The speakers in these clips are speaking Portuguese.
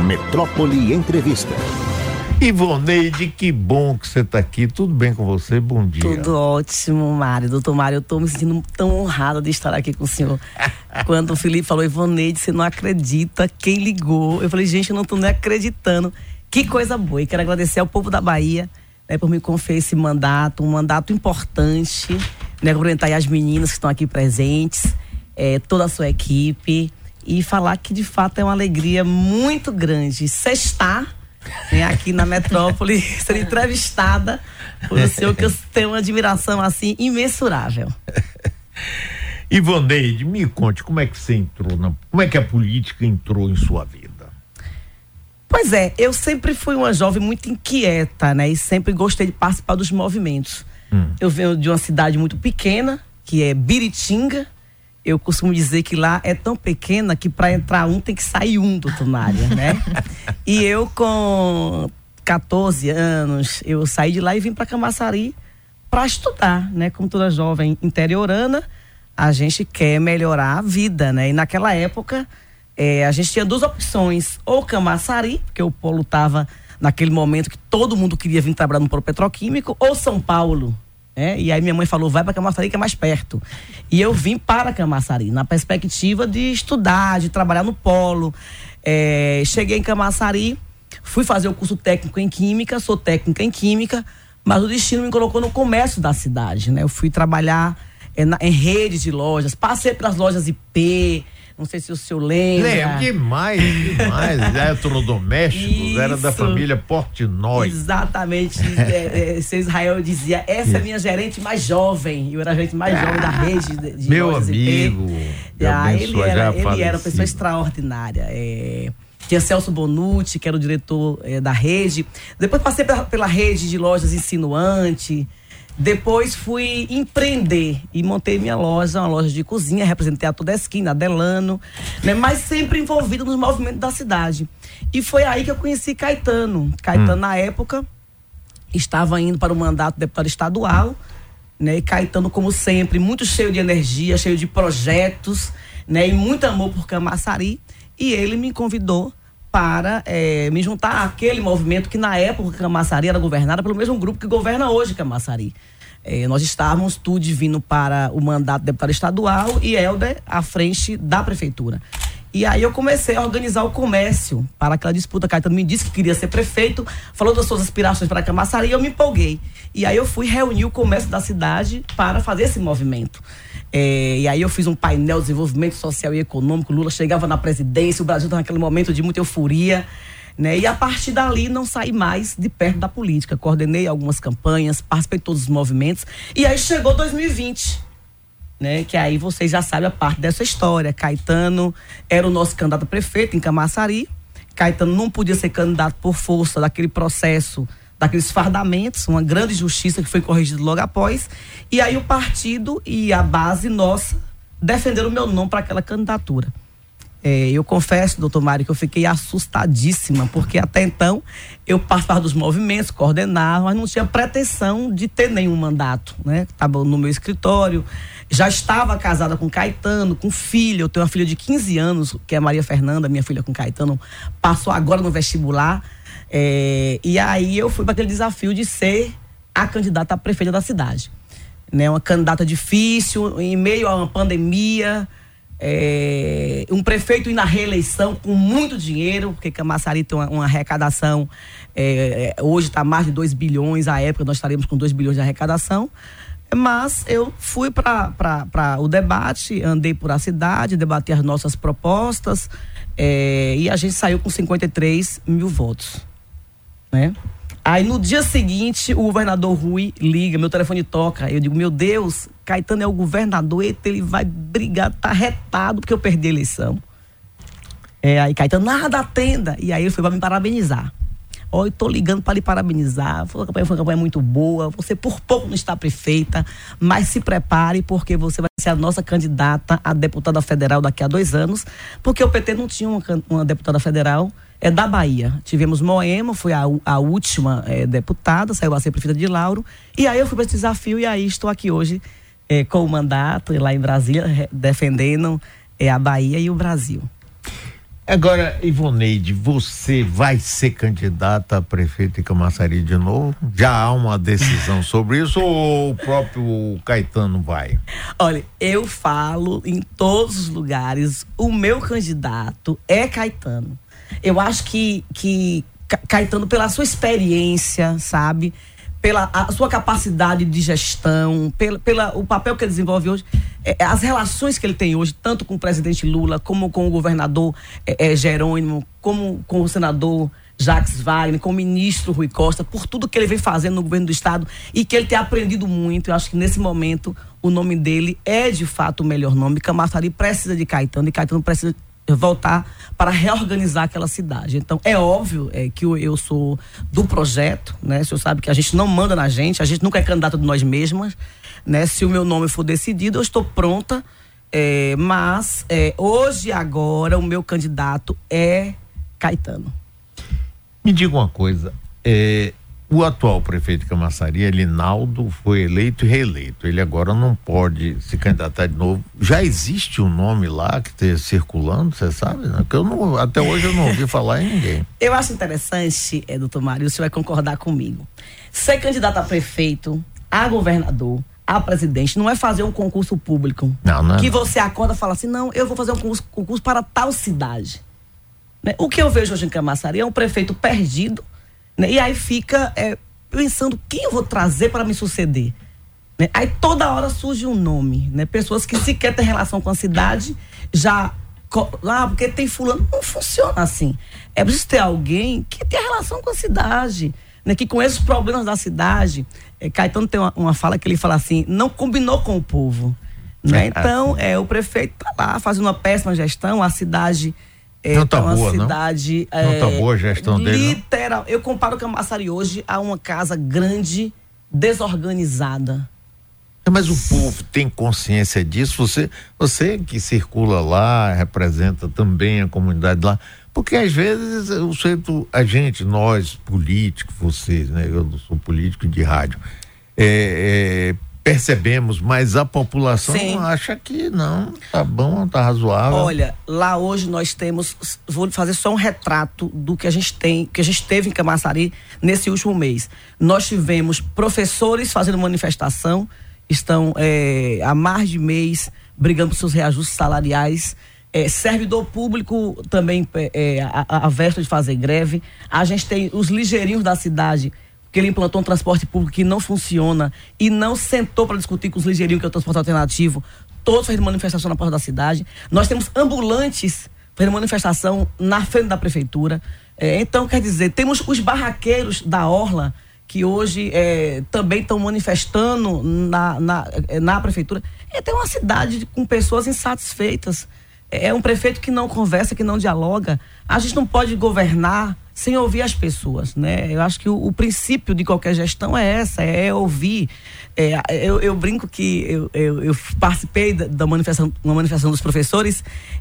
Metrópole Entrevista. Ivoneide, que bom que você está aqui. Tudo bem com você? Bom dia. Tudo ótimo, Mário. Doutor Mário, eu estou me sentindo tão honrada de estar aqui com o senhor. Quando o Felipe falou, Ivoneide, você não acredita quem ligou. Eu falei, gente, eu não estou nem acreditando. Que coisa boa. E quero agradecer ao povo da Bahia, né, por me confiar esse mandato, um mandato importante, né, cumprimentar as meninas que estão aqui presentes, toda a sua equipe, e falar que de fato é uma alegria muito grande sextar, né, aqui na Metrópole, ser entrevistada por um senhor que eu tenho uma admiração assim imensurável. Ivoneide, me conte, como é que você entrou, como é que a política entrou em sua vida? Pois é, eu sempre fui uma jovem muito inquieta, né, e sempre gostei de participar dos movimentos. Eu venho de uma cidade muito pequena, que é Biritinga. Eu costumo dizer que lá é tão pequena que para entrar um tem que sair um, doutor Mário, né? E eu com 14 anos, eu saí de lá e vim para Camaçari para estudar, né? Como toda jovem interiorana, a gente quer melhorar a vida, né? E naquela época, a gente tinha duas opções, ou Camaçari, porque o polo estava naquele momento que todo mundo queria vir trabalhar no polo petroquímico, ou São Paulo. E aí minha mãe falou, vai para Camaçari que é mais perto. E eu vim para Camaçari, na perspectiva de estudar, de trabalhar no polo. Cheguei em Camaçari, fui fazer o curso técnico em Química, sou técnica em Química, mas o destino me colocou no comércio da cidade, né? Eu fui trabalhar em redes de lojas, passei pelas lojas IP, não sei se o senhor lembra. Lembro, demais. Eletrodomésticos, era da família Portnoy. Exatamente. Seu Israel dizia, essa é minha gerente mais jovem. Eu era a gerente mais jovem da rede de meu lojas amigo. Ele era uma pessoa extraordinária. Tinha Celso Bonucci, que era o diretor da rede. Depois passei pela rede de lojas Insinuante. Depois fui empreender e montei minha loja, uma loja de cozinha, representei a Todesquina, a Delano, né? Mas sempre envolvido nos movimentos da cidade. E foi aí que eu conheci Caetano. Caetano, na época, estava indo para o mandato de deputado estadual, né? E Caetano, como sempre, muito cheio de energia, cheio de projetos, né? E muito amor por Camaçari. E ele me convidou para me juntar àquele movimento que na época Camaçari era governada pelo mesmo grupo que governa hoje Camaçari. Nós estávamos tudo vindo para o mandato de deputado estadual e Helder à frente da prefeitura. E aí eu comecei a organizar o comércio para aquela disputa. Caetano me disse que queria ser prefeito, falou das suas aspirações para Camaçari e eu me empolguei. E aí eu fui reunir o comércio da cidade para fazer esse movimento. E aí eu fiz um painel de desenvolvimento social e econômico. Lula chegava na presidência, o Brasil estava naquele momento de muita euforia, né? E a partir dali não saí mais de perto da política. Coordenei algumas campanhas, participei de todos os movimentos. E aí chegou 2020, né? Que aí vocês já sabem a parte dessa história. Caetano era o nosso candidato a prefeito em Camaçari. Caetano não podia ser candidato por força daquele processo, daqueles fardamentos, uma grande injustiça que foi corrigida logo após. E aí o partido e a base nossa defenderam o meu nome para aquela candidatura. Eu confesso, doutor Mário, que eu fiquei assustadíssima, porque até então eu participava dos movimentos, coordenava, mas não tinha pretensão de ter nenhum mandato, né? Estava no meu escritório, já estava casada com Caetano, com filho. Eu tenho uma filha de 15 anos, que é a Maria Fernanda, minha filha com Caetano, passou agora no vestibular. E aí eu fui para aquele desafio de ser a candidata a prefeita da cidade, né? Uma candidata difícil, em meio a uma pandemia, um prefeito ir na reeleição com muito dinheiro, porque Camaçari tem uma arrecadação, hoje está mais de 2 bilhões, à época nós estaremos com 2 bilhões de arrecadação. Mas eu fui para o debate, andei por a cidade, debati as nossas propostas, e a gente saiu com 53 mil votos, né? Aí no dia seguinte o governador Rui liga, meu telefone toca, eu digo, meu Deus, Caetano é o governador, ele vai brigar, tá retado porque eu perdi a eleição. Aí Caetano, nada, atenda. E aí ele foi para me parabenizar. Eu tô ligando para lhe parabenizar, foi uma campanha muito boa, você por pouco não está prefeita, mas se prepare porque você vai ser a nossa candidata a deputada federal daqui a 2 anos, porque o PT não tinha uma deputada federal da Bahia. Tivemos Moema, foi a última deputada, saiu a ser prefeita de Lauro, e aí eu fui para esse desafio e aí estou aqui hoje com o mandato lá em Brasília, defendendo a Bahia e o Brasil. Agora, Ivoneide, você vai ser candidata a prefeito de Camaçari de novo? Já há uma decisão sobre isso ou o próprio Caetano vai? Olha, eu falo em todos os lugares, o meu candidato é Caetano. Eu acho que Caetano, pela sua experiência, sabe? Pela a sua capacidade de gestão, pela o papel que ele desenvolve hoje, as relações que ele tem hoje, tanto com o presidente Lula, como com o governador Jerônimo, como com o senador Jacques Wagner, com o ministro Rui Costa, por tudo que ele vem fazendo no governo do estado e que ele tem aprendido muito. Eu acho que nesse momento o nome dele é de fato o melhor nome. Camaçari precisa de Caetano e Caetano precisa voltar para reorganizar aquela cidade. Então, é óbvio que eu sou do projeto, né? O senhor sabe que a gente não manda na gente, a gente nunca é candidato de nós mesmas, né? Se o meu nome for decidido, eu estou pronta, mas hoje, agora, o meu candidato é Caetano. Me diga uma coisa, o atual prefeito de Camaçari, Elinaldo, foi eleito e reeleito. Ele agora não pode se candidatar de novo. Já existe um nome lá que esteja circulando, você sabe? Né? Porque até hoje eu não ouvi falar em ninguém. Eu acho interessante, doutor Mário, o senhor vai concordar comigo. Ser candidato a prefeito, a governador, a presidente, não é fazer um concurso público. Não. Que você acorda e fala assim, não, eu vou fazer um concurso para tal cidade. Né? O que eu vejo hoje em Camaçari é um prefeito perdido, né? E aí fica pensando quem eu vou trazer para me suceder, né? Aí toda hora surge um nome, né? Pessoas que sequer têm relação com a cidade porque tem fulano, não funciona assim. É preciso ter alguém que tenha relação com a cidade, né? Que conheça os problemas da cidade. Caetano tem uma fala que ele fala assim, não combinou com o povo, né? Então o prefeito tá lá fazendo uma péssima gestão, a cidade não tá boa, cidade, não tá boa a gestão dele. Literal. Eu comparo Camaçari hoje a uma casa grande, desorganizada. Mas o povo tem consciência disso? Você que circula lá, representa também a comunidade lá, porque às vezes nós políticos, vocês, né? Eu não sou político de rádio, percebemos, mas a população acha que não, tá bom, tá razoável. Olha, lá hoje nós temos, vou fazer só um retrato do que a gente teve em Camaçari nesse último mês. Nós tivemos professores fazendo manifestação, estão há mais de mês brigando por seus reajustes salariais, servidor público também a véspera de fazer greve. A gente tem os ligeirinhos da cidade, que ele implantou um transporte público que não funciona e não sentou para discutir com os ligeirinhos, que é o transporte alternativo, todos fazendo manifestação na porta da cidade. Nós temos ambulantes fazendo manifestação na frente da prefeitura. Então, quer dizer, temos os barraqueiros da Orla, que hoje também estão manifestando na prefeitura. Tem uma cidade com pessoas insatisfeitas. É um prefeito que não conversa, que não dialoga. A gente não pode governar sem ouvir as pessoas, né? Eu acho que o princípio de qualquer gestão é ouvir. Eu brinco que eu participei da uma manifestação dos professores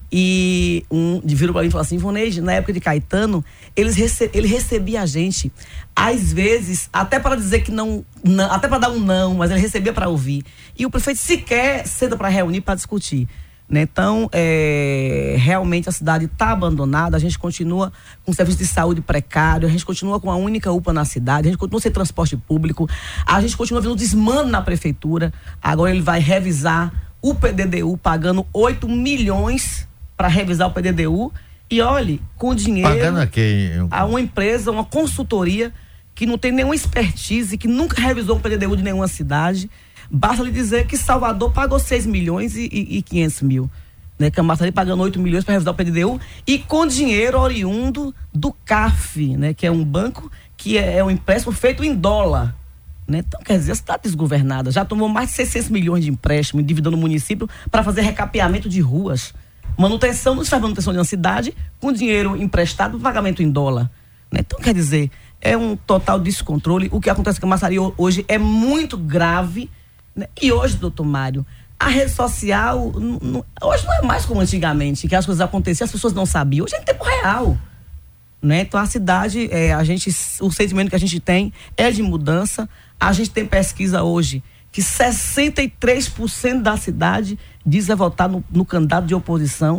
e virou para mim e falou assim, Ivoneide, na época de Caetano, ele recebia a gente, às vezes, até para dizer que não, até para dar um não, mas ele recebia para ouvir. E o prefeito sequer senta para reunir, para discutir. Né? Então, realmente a cidade está abandonada, a gente continua com serviço de saúde precário, a gente continua com a única UPA na cidade, a gente continua sem transporte público, a gente continua vendo desmando na prefeitura. Agora ele vai revisar o PDDU, pagando 8 milhões para revisar o PDDU e olhe, com dinheiro pagando a quem? A uma empresa, uma consultoria que não tem nenhuma expertise, que nunca revisou um PDDU de nenhuma cidade. Basta lhe dizer que Salvador pagou 6 milhões e 500 mil. Né? Camaçari pagando 8 milhões para revisar o PDDU e com dinheiro oriundo do CAF, né? Que é um banco que é um empréstimo feito em dólar. Né? Então, quer dizer, a cidade desgovernada já tomou mais de 600 milhões de empréstimo, endividando o município para fazer recapeamento de ruas. Manutenção, não se faz manutenção de uma cidade com dinheiro emprestado, pagamento em dólar. Né? Então, quer dizer, é um total descontrole. O que acontece com Camaçari hoje é muito grave. E hoje, doutor Mário, a rede social hoje não é mais como antigamente, que as coisas aconteciam, as pessoas não sabiam. Hoje é em tempo real, né? Então a cidade, o sentimento que a gente tem é de mudança. A gente tem pesquisa hoje que 63% da cidade diz votar no candidato de oposição,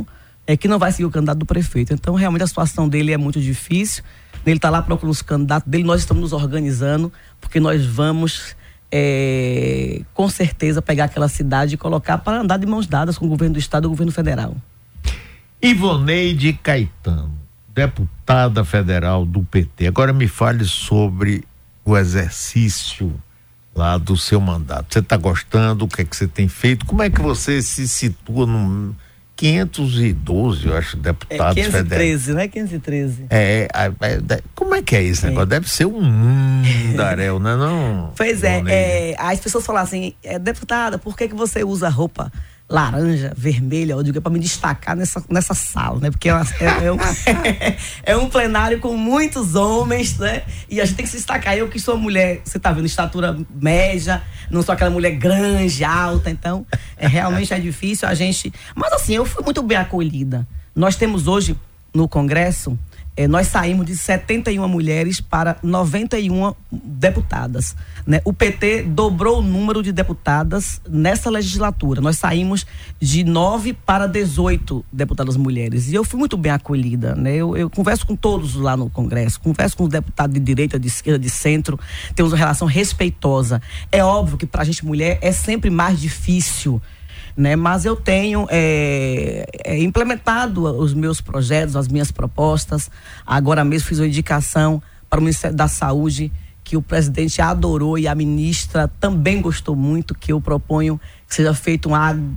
que não vai seguir o candidato do prefeito. Então, realmente, a situação dele é muito difícil. Ele está lá procurando os candidatos dele, nós estamos nos organizando, porque nós vamos, com certeza, pegar aquela cidade e colocar para andar de mãos dadas com o governo do estado e o governo federal. Ivoneide Caetano, deputada federal do PT. Agora me fale sobre o exercício lá do seu mandato. Você está gostando? O que é que você tem feito? Como é que você se situa no 512, eu acho, deputados federais? 513, né? 513. Como é que é esse negócio? Deve ser um mundaréu, né? Não? Pois as pessoas falam assim, deputada, por que você usa roupa laranja, vermelha? Eu digo, para me destacar nessa sala, né? Porque é um plenário com muitos homens, né? E a gente tem que se destacar. Eu que sou mulher, você tá vendo, estatura média, não sou aquela mulher grande, alta, então realmente é difícil a gente... Mas assim, eu fui muito bem acolhida. Nós temos hoje no Congresso, nós saímos de 71 mulheres para 91 deputadas, né? O PT dobrou o número de deputadas nessa legislatura. Nós saímos de 9 para 18 deputadas mulheres. E eu fui muito bem acolhida, né? Eu converso com todos lá no Congresso, converso com os deputados de direita, de esquerda, de centro, temos uma relação respeitosa. É óbvio que para a gente mulher é sempre mais difícil, né? Mas eu tenho implementado os meus projetos, as minhas propostas. Agora mesmo fiz uma indicação para o Ministério da Saúde, que o presidente adorou e a ministra também gostou muito, que eu proponho que seja feito um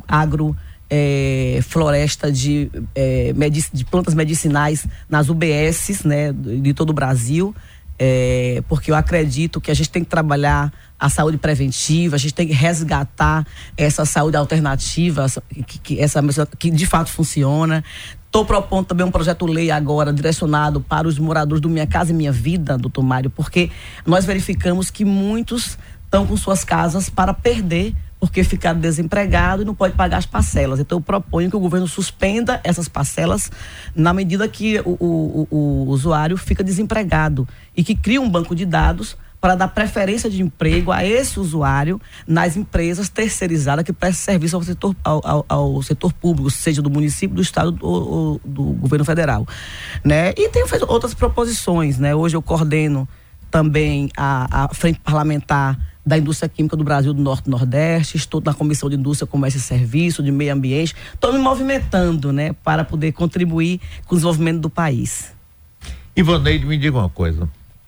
floresta de plantas medicinais nas UBSs, né, de todo o Brasil. Porque eu acredito que a gente tem que trabalhar a saúde preventiva, a gente tem que resgatar essa saúde alternativa, que de fato funciona. Estou propondo também um projeto-lei agora direcionado para os moradores do Minha Casa e Minha Vida, doutor Mário, porque nós verificamos que muitos estão com suas casas para perder, porque ficaram desempregados e não pode pagar as parcelas. Então eu proponho que o governo suspenda essas parcelas na medida que o usuário fica desempregado e que crie um banco de dados para dar preferência de emprego a esse usuário nas empresas terceirizadas que prestam serviço ao setor público, seja do município, do estado ou do governo federal, né? E tenho feito outras proposições, né? Hoje eu coordeno também a frente parlamentar da indústria química do Brasil do Norte e Nordeste, estou na Comissão de Indústria, Comércio e Serviço, de Meio Ambiente, estou me movimentando, né, para poder contribuir com o desenvolvimento do país. Ivoneide, me diga uma coisa,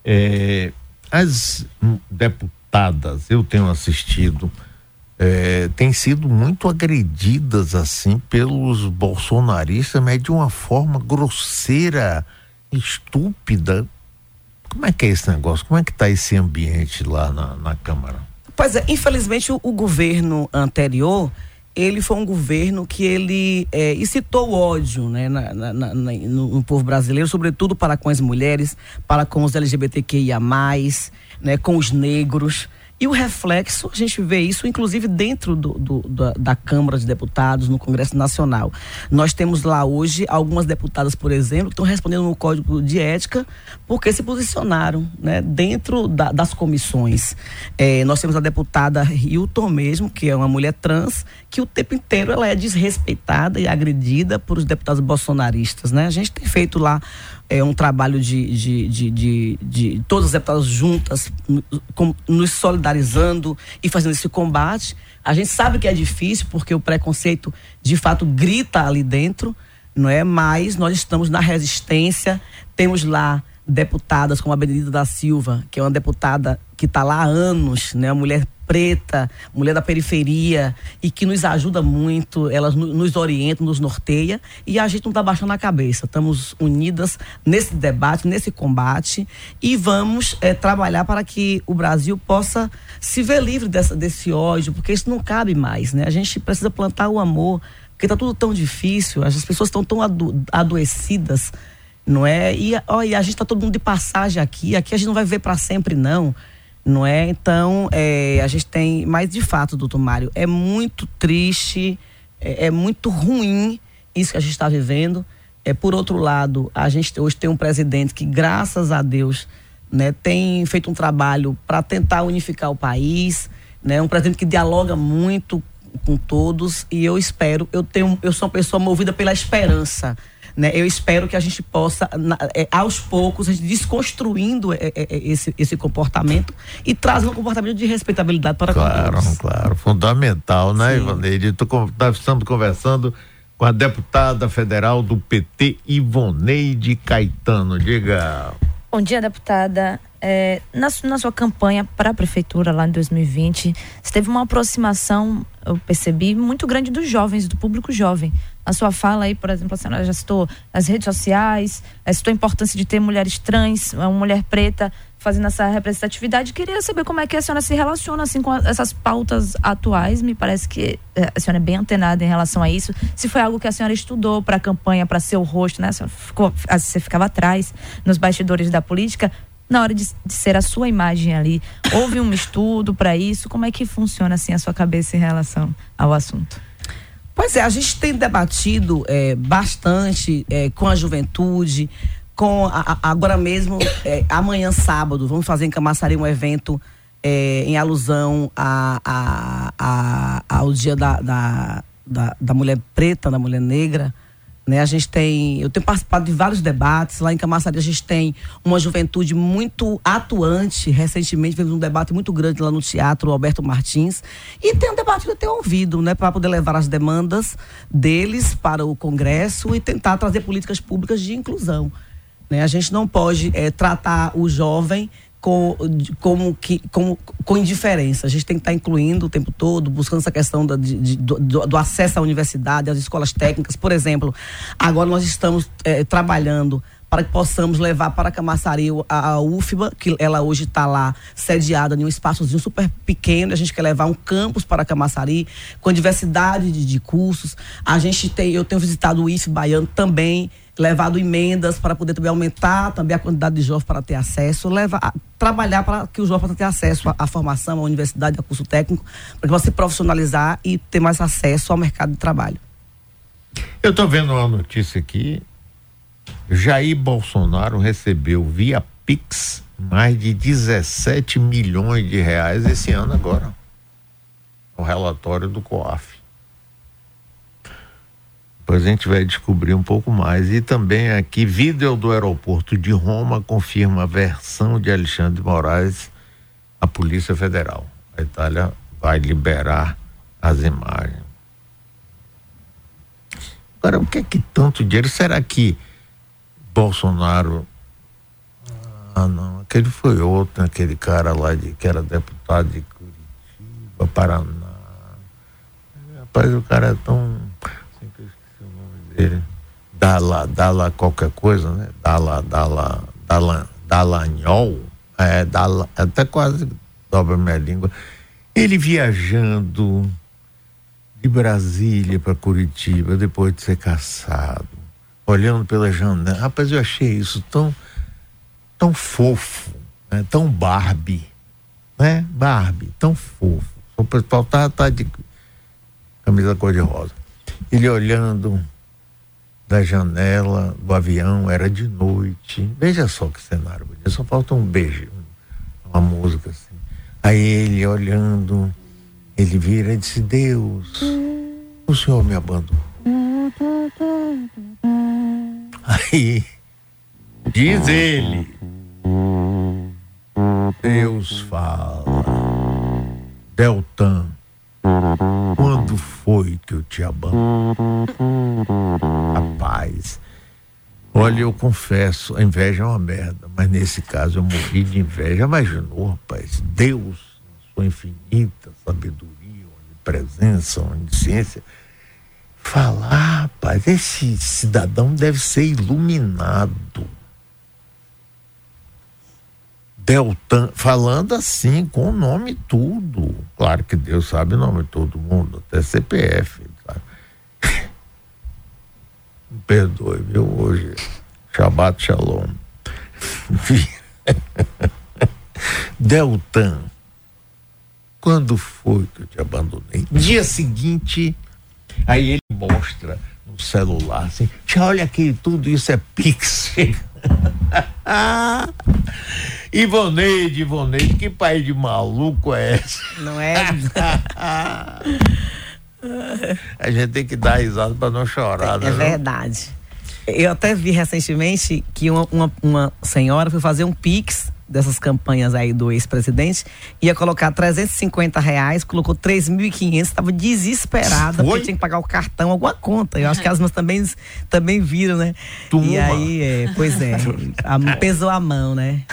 as deputadas, eu tenho assistido, têm sido muito agredidas assim pelos bolsonaristas, mas de uma forma grosseira, estúpida. Como é que é esse negócio? Como é que está esse ambiente lá na Câmara? Pois é, infelizmente o governo anterior, ele foi um governo que ele incitou o ódio, né, no povo brasileiro, sobretudo para com as mulheres, para com os LGBTQIA+, né, com os negros. E o reflexo, a gente vê isso, inclusive, dentro da Câmara de Deputados, no Congresso Nacional. Nós temos lá hoje algumas deputadas, por exemplo, que estão respondendo no Código de Ética porque se posicionaram, né, dentro das comissões. Nós temos a deputada Hilton mesmo, que é uma mulher trans, que o tempo inteiro ela é desrespeitada e agredida por os deputados bolsonaristas, né? A gente tem feito lá um trabalho de todas as deputadas juntas, nos solidarizando e fazendo esse combate. A gente sabe que é difícil, porque o preconceito, de fato, grita ali dentro, não é? Mas nós estamos na resistência, temos lá deputadas como a Benedita da Silva, que é uma deputada que está lá há anos, né? Uma mulher preta, mulher da periferia, e que nos ajuda muito, ela nos orienta, nos norteia, e a gente não está baixando a cabeça. Estamos unidas nesse debate, nesse combate, e vamos trabalhar para que o Brasil possa se ver livre desse ódio, porque isso não cabe mais, né? A gente precisa plantar o amor, porque está tudo tão difícil, as pessoas estão tão adoecidas, não é? E a gente está todo mundo de passagem aqui a gente não vai viver para sempre, não é? Então, a gente tem, mas de fato, doutor Mário, é muito triste, é muito ruim isso que a gente está vivendo. Por outro lado, a gente hoje tem um presidente que, graças a Deus, né, tem feito um trabalho para tentar unificar o país, né? Um presidente que dialoga muito com todos, e eu espero, eu sou uma pessoa movida pela esperança, né? Eu espero que a gente possa, aos poucos, a gente desconstruindo esse comportamento e trazendo um comportamento de respeitabilidade para todos. Claro, fundamental, né, Ivoneide? Estamos conversando com a deputada federal do PT, Ivoneide Caetano. Diga. Bom dia, deputada. Na sua campanha para a prefeitura lá em 2020, você teve uma aproximação, eu percebi, muito grande dos jovens, do público jovem. Na sua fala aí, por exemplo, a senhora já citou as redes sociais, citou a importância de ter mulheres trans, uma mulher preta fazendo essa representatividade. Queria saber como é que a senhora se relaciona assim com essas pautas atuais. Me parece que a senhora é bem antenada em relação a isso. Se foi algo que a senhora estudou para a campanha, para ser o rosto, né? Você ficava atrás nos bastidores da política. Na hora de ser a sua imagem ali, houve um estudo para isso? Como é que funciona assim a sua cabeça em relação ao assunto? Pois é, a gente tem debatido bastante com a juventude, agora mesmo, amanhã sábado, vamos fazer em Camaçari um evento em alusão ao dia da mulher preta, da mulher negra, né? Eu tenho participado de vários debates. Lá em Camaçari a gente tem uma juventude muito atuante. Recentemente tivemos um debate muito grande lá no Teatro Alberto Martins, e tenho debatido, tenho ouvido, né, para poder levar as demandas deles para o Congresso e tentar trazer políticas públicas de inclusão, né? A gente não pode tratar o jovem com indiferença. A gente tem que estar incluindo o tempo todo, buscando essa questão do acesso à universidade, às escolas técnicas. Por exemplo, agora nós estamos trabalhando para que possamos levar para Camaçari a UFBA, que ela hoje está lá sediada em um espaçozinho super pequeno. A gente quer levar um campus para Camaçari com diversidade de cursos. Eu tenho visitado o IF Baiano também, levado emendas para poder também aumentar também a quantidade de jovens para ter acesso, trabalhar para que os jovens possam ter acesso à formação, à universidade, ao curso técnico, para que possa se profissionalizar e ter mais acesso ao mercado de trabalho. Eu estou vendo uma notícia aqui. Jair Bolsonaro recebeu via Pix mais de 17 milhões de reais esse ano agora. O relatório do COAF. Depois a gente vai descobrir um pouco mais. E também aqui, vídeo do aeroporto de Roma confirma a versão de Alexandre de Moraes à Polícia Federal. A Itália vai liberar as imagens. Agora, o que é que tanto dinheiro? Será que Bolsonaro... não, aquele foi outro, aquele cara lá que era deputado de Curitiba, Paraná. Rapaz, o cara é tão... sempre esqueci o nome dele. Dala qualquer coisa, né? Dallagnol. Até quase dobra minha língua. Ele viajando de Brasília para Curitiba, depois de ser caçado, olhando pela janela. Rapaz, eu achei isso tão fofo, né? Tão Barbie, né? Barbie, tão fofo. O pessoal tá de camisa cor-de-rosa. Ele olhando da janela do avião, era de noite. Veja só que cenário bonito. Só falta um beijo, uma música assim. Aí ele olhando, ele vira e disse: Deus, o Senhor me abandonou. Aí diz ele: Deus fala, Deltan, quando foi que eu te abandonei? Rapaz, olha, eu confesso, a inveja é uma merda, mas nesse caso eu morri de inveja. Imaginou, rapaz, Deus, sua infinita sabedoria, onipresença, onisciência, falar, rapaz, esse cidadão deve ser iluminado. Deltan, falando assim, com o nome tudo. Claro que Deus sabe o nome de todo mundo, até CPF, sabe? Me perdoe, viu? Hoje, Shabbat Shalom. Deltan, quando foi que eu te abandonei? Dia seguinte, aí ele mostra no celular assim: olha aqui, tudo isso é Pix. Ivoneide, que pai de maluco é esse? Não é? A gente tem que dar risada para não chorar. É verdade. Eu até vi recentemente que uma senhora foi fazer um Pix dessas campanhas aí do ex-presidente, ia colocar R$350, colocou 3.500, estava desesperada, porque tinha que pagar o cartão, alguma conta. Eu acho que as mãos também viram, né? Tuma. E aí, pois é, pesou a mão, né?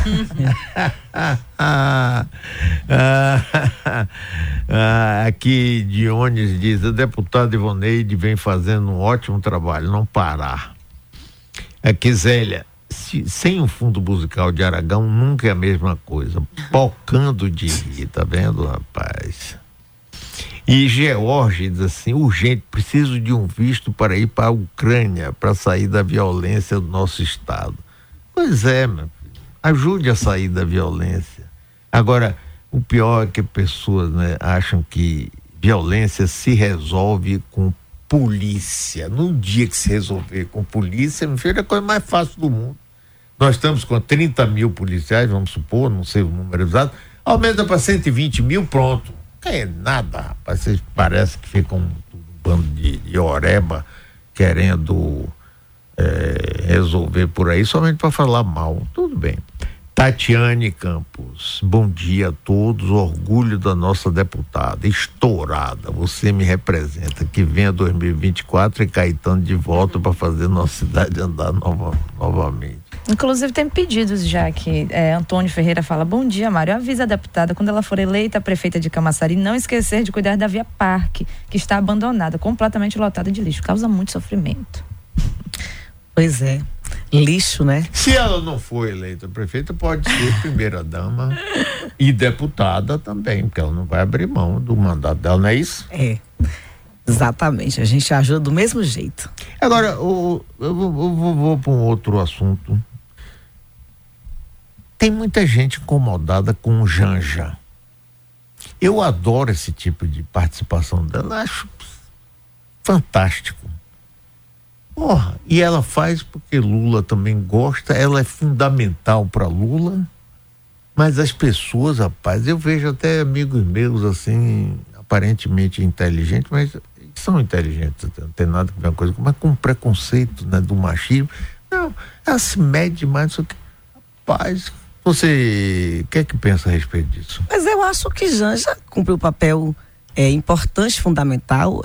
Aqui Dionis diz: o deputado Ivoneide vem fazendo um ótimo trabalho, não parar. Aqui Zélia: sem o fundo musical de Aragão nunca é a mesma coisa, pocando de rir, tá vendo, rapaz? E George diz assim: urgente, preciso de um visto para ir para a Ucrânia, para sair da violência do nosso estado. Pois é, meu filho, ajude a sair da violência. Agora, o pior é que pessoas, né, acham que violência se resolve com polícia. No dia que se resolver com polícia, meu filho, é a coisa mais fácil do mundo. Nós estamos com 30 mil policiais, vamos supor, não sei o número exato, aumenta para 120 mil, pronto. Não é nada, rapaz. Vocês parece que ficam um bando de oreba querendo resolver por aí somente para falar mal. Tudo bem. Tatiane Campos: bom dia a todos, orgulho da nossa deputada, estourada, você me representa, que venha 2024 e Caetano de volta para fazer nossa cidade andar novamente. Inclusive tem pedidos já que Antônio Ferreira fala: bom dia, Mário, avisa a deputada quando ela for eleita prefeita de Camaçari não esquecer de cuidar da Via Parque, que está abandonada, completamente lotada de lixo, causa muito sofrimento. Pois é, lixo, né? Se ela não for eleita prefeita, pode ser primeira-dama e deputada também, porque ela não vai abrir mão do mandato dela, não é isso? É, exatamente, a gente ajuda do mesmo jeito. Agora, eu vou para um outro assunto. Tem muita gente incomodada com Janja. Eu adoro esse tipo de participação dela, acho fantástico. Porra, e ela faz porque Lula também gosta, ela é fundamental para Lula, mas as pessoas, rapaz, eu vejo até amigos meus assim, aparentemente inteligentes, mas são inteligentes, não tem nada a ver com coisa, mas com preconceito, né, do machismo. Não, ela se mede demais, só que, rapaz, você, o que é que pensa a respeito disso? Mas eu acho que Janja cumpriu o papel importante, fundamental.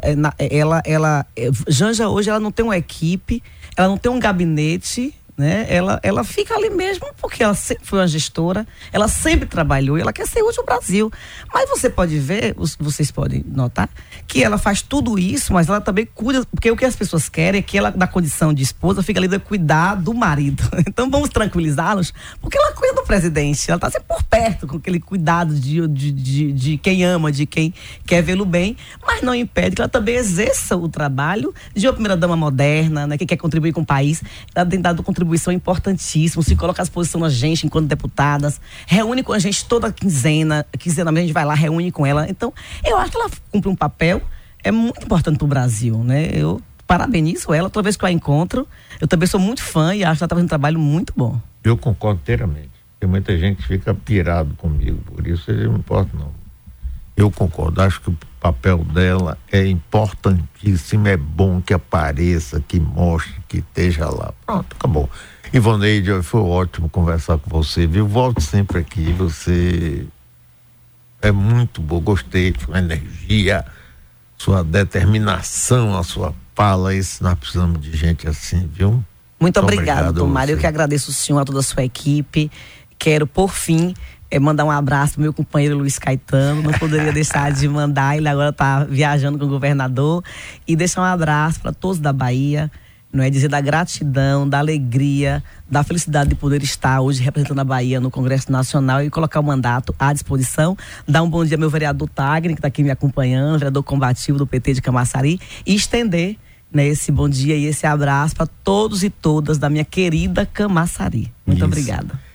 Janja hoje ela não tem uma equipe, ela não tem um gabinete, né? Ela fica ali mesmo porque ela sempre foi uma gestora, ela sempre trabalhou e ela quer ser útil ao Brasil. Mas você pode ver, vocês podem notar que ela faz tudo isso, mas ela também cuida, porque o que as pessoas querem é que ela, na condição de esposa, fica ali de cuidar do marido. Então vamos tranquilizá-los, porque ela cuida do presidente, ela está sempre por perto, com aquele cuidado de quem ama, de quem quer vê-lo bem, mas não impede que ela também exerça o trabalho de uma primeira-dama moderna, né, que quer contribuir com o país. Ela tem dado contribuição importantíssima, se coloca à disposição da gente enquanto deputadas, reúne com a gente toda quinzenalmente a gente vai lá, reúne com ela. Então, eu acho que ela cumpre um papel muito importante para o Brasil, né? Eu parabenizo ela toda vez que eu a encontro. Eu também sou muito fã e acho que ela está fazendo um trabalho muito bom. Eu concordo inteiramente. Tem muita gente que fica pirado comigo, por isso eu não importa não. Eu concordo, acho que o papel dela é importantíssimo, é bom que apareça, que mostre, que esteja lá. Pronto, acabou. Ivoneide, foi ótimo conversar com você, viu? Volte sempre aqui, você é muito bom, gostei de sua energia, sua determinação, a sua fala, nós precisamos de gente assim, viu? Muito obrigado, Mário, eu que agradeço o senhor, a toda a sua equipe. Quero, por fim, mandar um abraço pro meu companheiro Luiz Caetano, não poderia deixar de mandar, ele agora está viajando com o governador, e deixar um abraço para todos da Bahia, não é, dizer da gratidão, da alegria, da felicidade de poder estar hoje representando a Bahia no Congresso Nacional e colocar o mandato à disposição. Dar um bom dia ao meu vereador Tagner, que está aqui me acompanhando, vereador combativo do PT de Camaçari, e estender, né, esse bom dia e esse abraço para todos e todas da minha querida Camaçari. Muito obrigada.